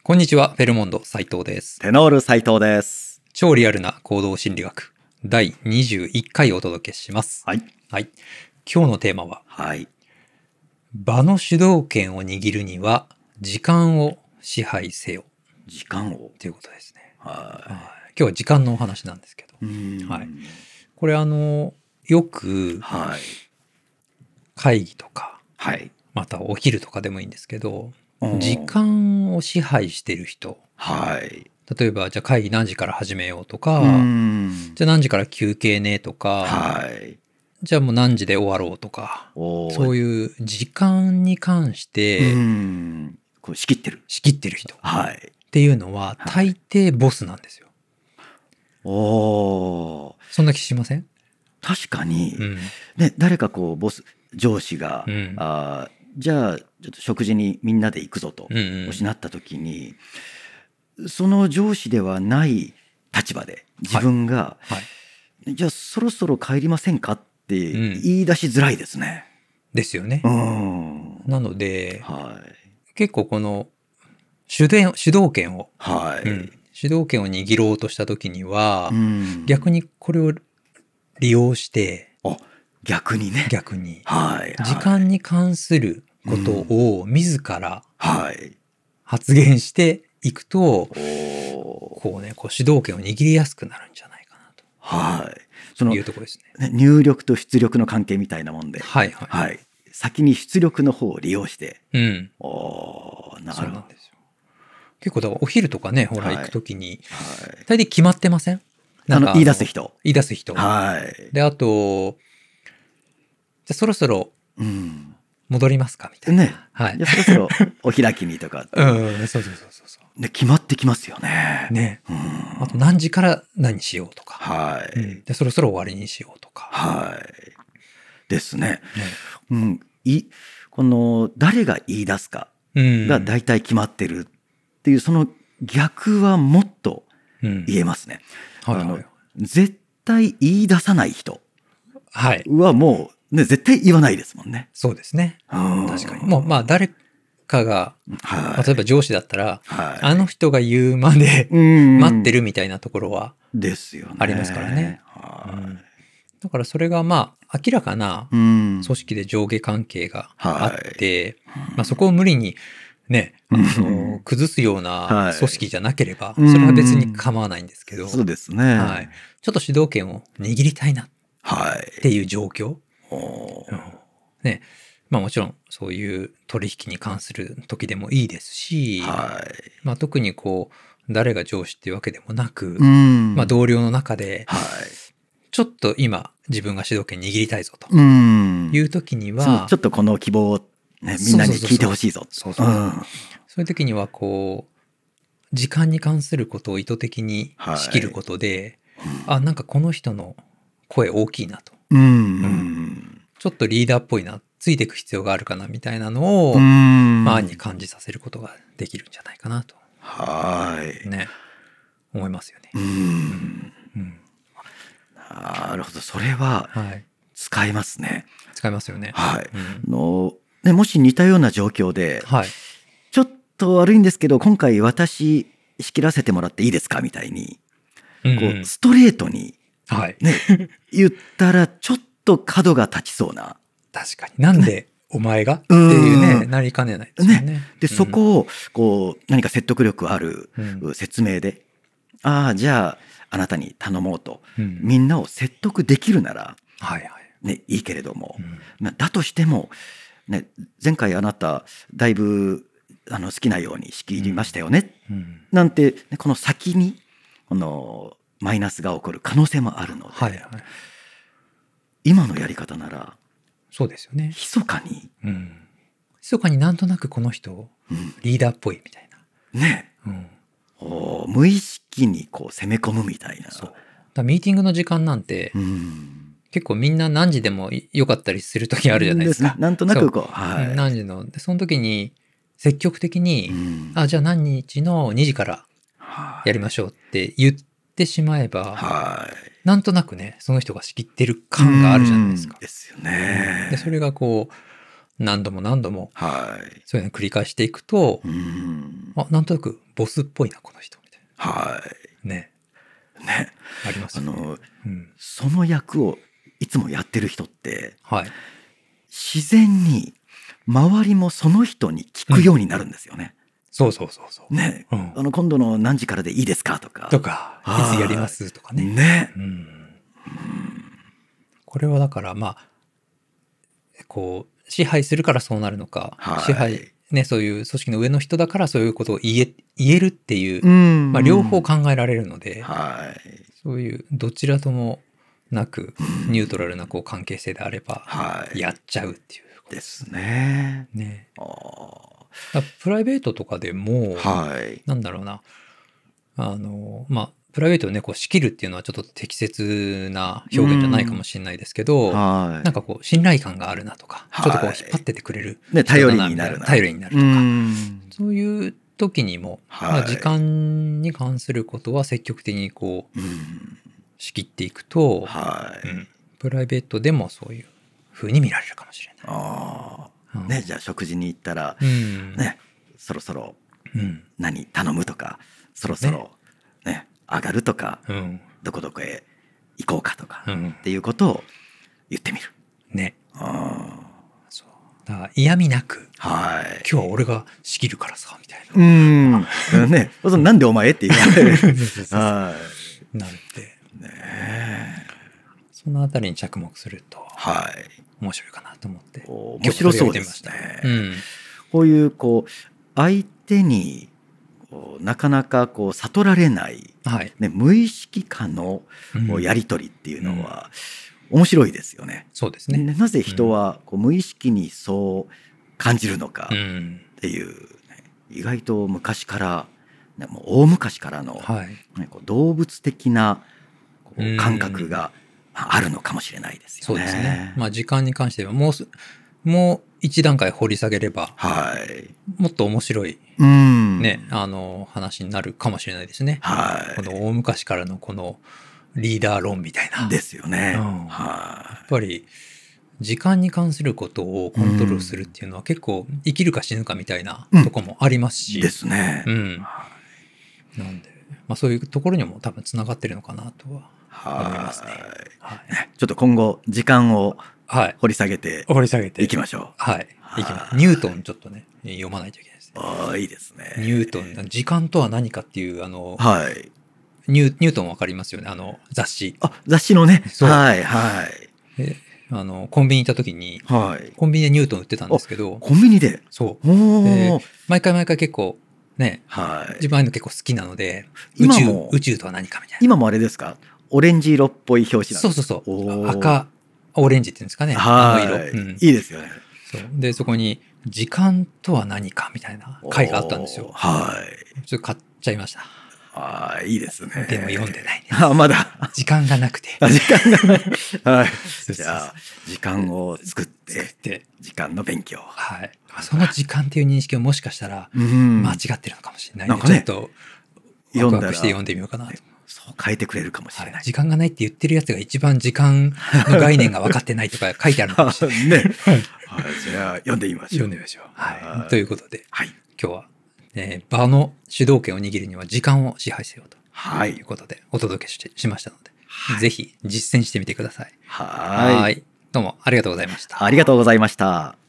こんにちは、フェルモンド斉藤です。 テノール斉藤です。 超リアルな行動心理学第21回お届けします。 はい。 はい。今日のテーマは、 はい。 場の主導権を握るには時間を支配せよ時間を。 ということですね。 は今日は時間のお話なんですけど、 い。 はい。これよくはい。 会議とか、 はい。 またお昼とかでもいいんですけど、 うん時間を支配してる人、 はい。 例えばじゃあ会議何時から始めようとか、じゃあ何時から休憩ねとか、 はい。 じゃあもう何時で終わろうとか、そういう時間に関してこう仕切ってる。 仕切ってる人っはい。 ていうのは大抵ボスなんですよ。 おー。 そんな気しません？ 確かに、 うん。 ね、誰かこうボス、上司が、 うんじゃあちょっと食事にみんなで行くぞとうんうんおしなった時に、その上司ではない立場で自分が、 はい。 じゃあそろそろ帰りませんかってうん言い出しづらいですね。 ですよね。なので、 はい。 結構この主導権を、 はい。 主導権を握ろうとした時には、 逆逆にこれを利用して、 逆にね。 逆にはい。 時間に関することを自らはい。 発言していくと、 おーこうね、こう主導権を握りやすくなるんじゃないかはい。そなのというところですね。 入力と出力の関係みたいなもんで、 はいはい。 はい。先に出力の方を利用して、 うん。 なるほど。 そうなんですよ。結構だからお昼とかね、ほらはい行くときに、 はい。 大体決まってません？なんか言い出す人。 言い出す人。 はい。 で、あと、じゃあそろそろ戻りますかみたいな。 ね。 はいじゃ。あそろそろお開きにとか。 そうそで、決まってきますよね。 う。ね。 うんあと何時から何しようとか。 はい。 で、そろそろ終わりにしようとか。 はい。ですね。 ね。 この誰が言い出すかが大体決まってるっていう、その逆はもっと言えますね。 はいはい。 絶対言い出さない人はい。 はもう、ね、絶対言わないですもんね。 そうですね。確確かに。もうまあ誰かが、 はい。 例えば上司だったら、 はい。 あの人が言うまで待ってるみたいなところはですよね。 ありますからね。 はだからそれがまあ明らかな組織で上下関係があって、まあそこを無理にね、崩すような組織じゃなければ、それは別に構わないんですけど、 そうですね。 はい。ちょっと主導権を握りたいなっはい。 ていう状況。ね。まあもちろんそういう取引に関する時でもいいですし、 はい。 まあ特にこう、誰が上司っていうわけでもなく、 ままあ同僚の中で、 はい。 ちょっと今自分が主導権握りたいぞという時には、 ちょっとこの希望を、ね、みんなに聞いてほしいぞ。 そういう時にはこう、時間に関することを意図的に仕切ることで、あ、なんかこの人の声大きいなと。ちょっとリーダーっぽいな、ついていく必要があるかなみたいなのを、まあ、暗に感じさせることができるんじゃないかなと。 はい。 ね。思いますよね。 なるほど。それは、使えますね。 使えますよね。 はい。ね、もし似たような状況で、ちょっと悪いんですけど、今回私仕切らせてもらっていいですかみたいに、こう、ストレートに、ね、言ったら、ちょっと角が立ちそうな。 確かに。なんでお前がっていうね、なりかねないですよね。 で、そこを、こう、何か説得力ある説明で、じゃあ、あなたに頼もうと、みんなを説得できるなら、ね、いいけれども、だとしても、ね、前回あなた、だいぶ、好きなように仕切りましたよね。なんて、この先に、マイナスが起こる可能性もあるので、今のやり方なら、 そうですよね。 密かに、 密かになんとなくこの人、リーダーっぽいみたいな。 ね。無意識にこう攻め込むみたいな。 だミーティングの時間なんて、結構みんな何時でもよかったりする時あるじゃないですか。 なんとなくこう、 何時の。で、その時に積極的に、じゃあ何日の2時からやりましょうって言ってしまえば、なんとなくね、その人が仕切ってる感があるじゃないですか。 ですよね。 で、それがこう、 何度も何度も、 はい。 そういうのを繰り返していくと、なんとなくボスっぽいな、この人、みたいな。はい。 ね。ありますよね。 その役をいつもやってる人って、 はい。 自然に周りもその人に聞くようになるんですよね。 そうそうそうそう。 ね、今度の何時からでいいですかとか。 とか、いつやりますとかね。 ね。 これはだからまあ、こう、支配するからそうなるのか、支配、ね、そういう組織の上の人だからそういうことを言えるっていう、まあ両方考えられるので、そういうどちらともなくニュートラルなこう関係性であれば、やっちゃうっていう。 ですね。 ね。プライベートとかでも、なんだろうな、まあ、プライベートをね、こう仕切るっていうのはちょっと適切な表現じゃないかもしれないですけど、なんかこう信頼感があるなとか、ちょっとこう引っ張っててくれる人だな、 頼りになるとか、そういう時にも、まあ、時間に関することは積極的にこう仕切っていくと、プライベートでもそういう風に見られるかもしれない。 じゃあ食事に行ったら、ね、そろそろ何頼むとか、そろそろね、上がるとか、どこどこへ行こうかとか、っていうことを言ってみる。 ね。そう。だから嫌味なく、今日は俺が仕切るからさ、みたいな。 ね、なんでお前って言われる。 なんて。そのあたりに着目すると、面白いかなと思って。 面白そうですね。こういうこう相手になかなかこう悟られない、無意識下のやり取りっていうのは面白いですよね。 そうですね。 なぜ人はこう無意識にそう感じるのかっていう、意外と昔からもう大昔からの、動物的な感覚があるのかもしれないですよね。 そうですね。まあ時間に関してはもう一段階掘り下げれば、もっと面白い、ね、話になるかもしれないですね。この大昔からのこのリーダー論みたいな。 ですよね。 やっぱり時間に関することをコントロールするっていうのは結構生きるか死ぬかみたいなとこもありますし。 ですね。 なんで、まあそういうところにも多分つながってるのかなとは思いますね。 ちょっと今後時間を掘り下げていきましょう。 ニュートンちょっとね読まないといけないですね。 いいですね。 ニュートン時間とは何かっていうニュートンわかりますよね、雑誌。 雑誌のね。 コンビニ行った時に、コンビニでニュートン売ってたんですけど。 コンビニで。 そうで毎回結構ね、自分ああいうの結構好きなので、宇宙とは何かみたいな。 今もあれですか、オレンジ色っぽい表紙なんですか。 そう赤オレンジっていうんですかね、色。 いいですよね。 でそこに時間とは何かみたいな回があったんですよ。ちょっと買っちゃいました。 いいですね。 でも読んでないです。 まだ時間がなくて。 時間がない。じゃあ時間を作って時間の勉強。 その時間っていう認識をもしかしたら間違ってるのかもしれないので、ちょっとワクワクして読んでみようかなと。 そう変えてくれるかもしれない。 時間がないって言ってるやつが一番時間の概念が分かってないとか書いてあるのかもしれない。 じゃあ読んでみましょう。 ということで、今日は場の主導権を握るには時間を支配せよということでお届けしましたので、ぜひ実践してみてください。どうもありがとうございました。 ありがとうございました。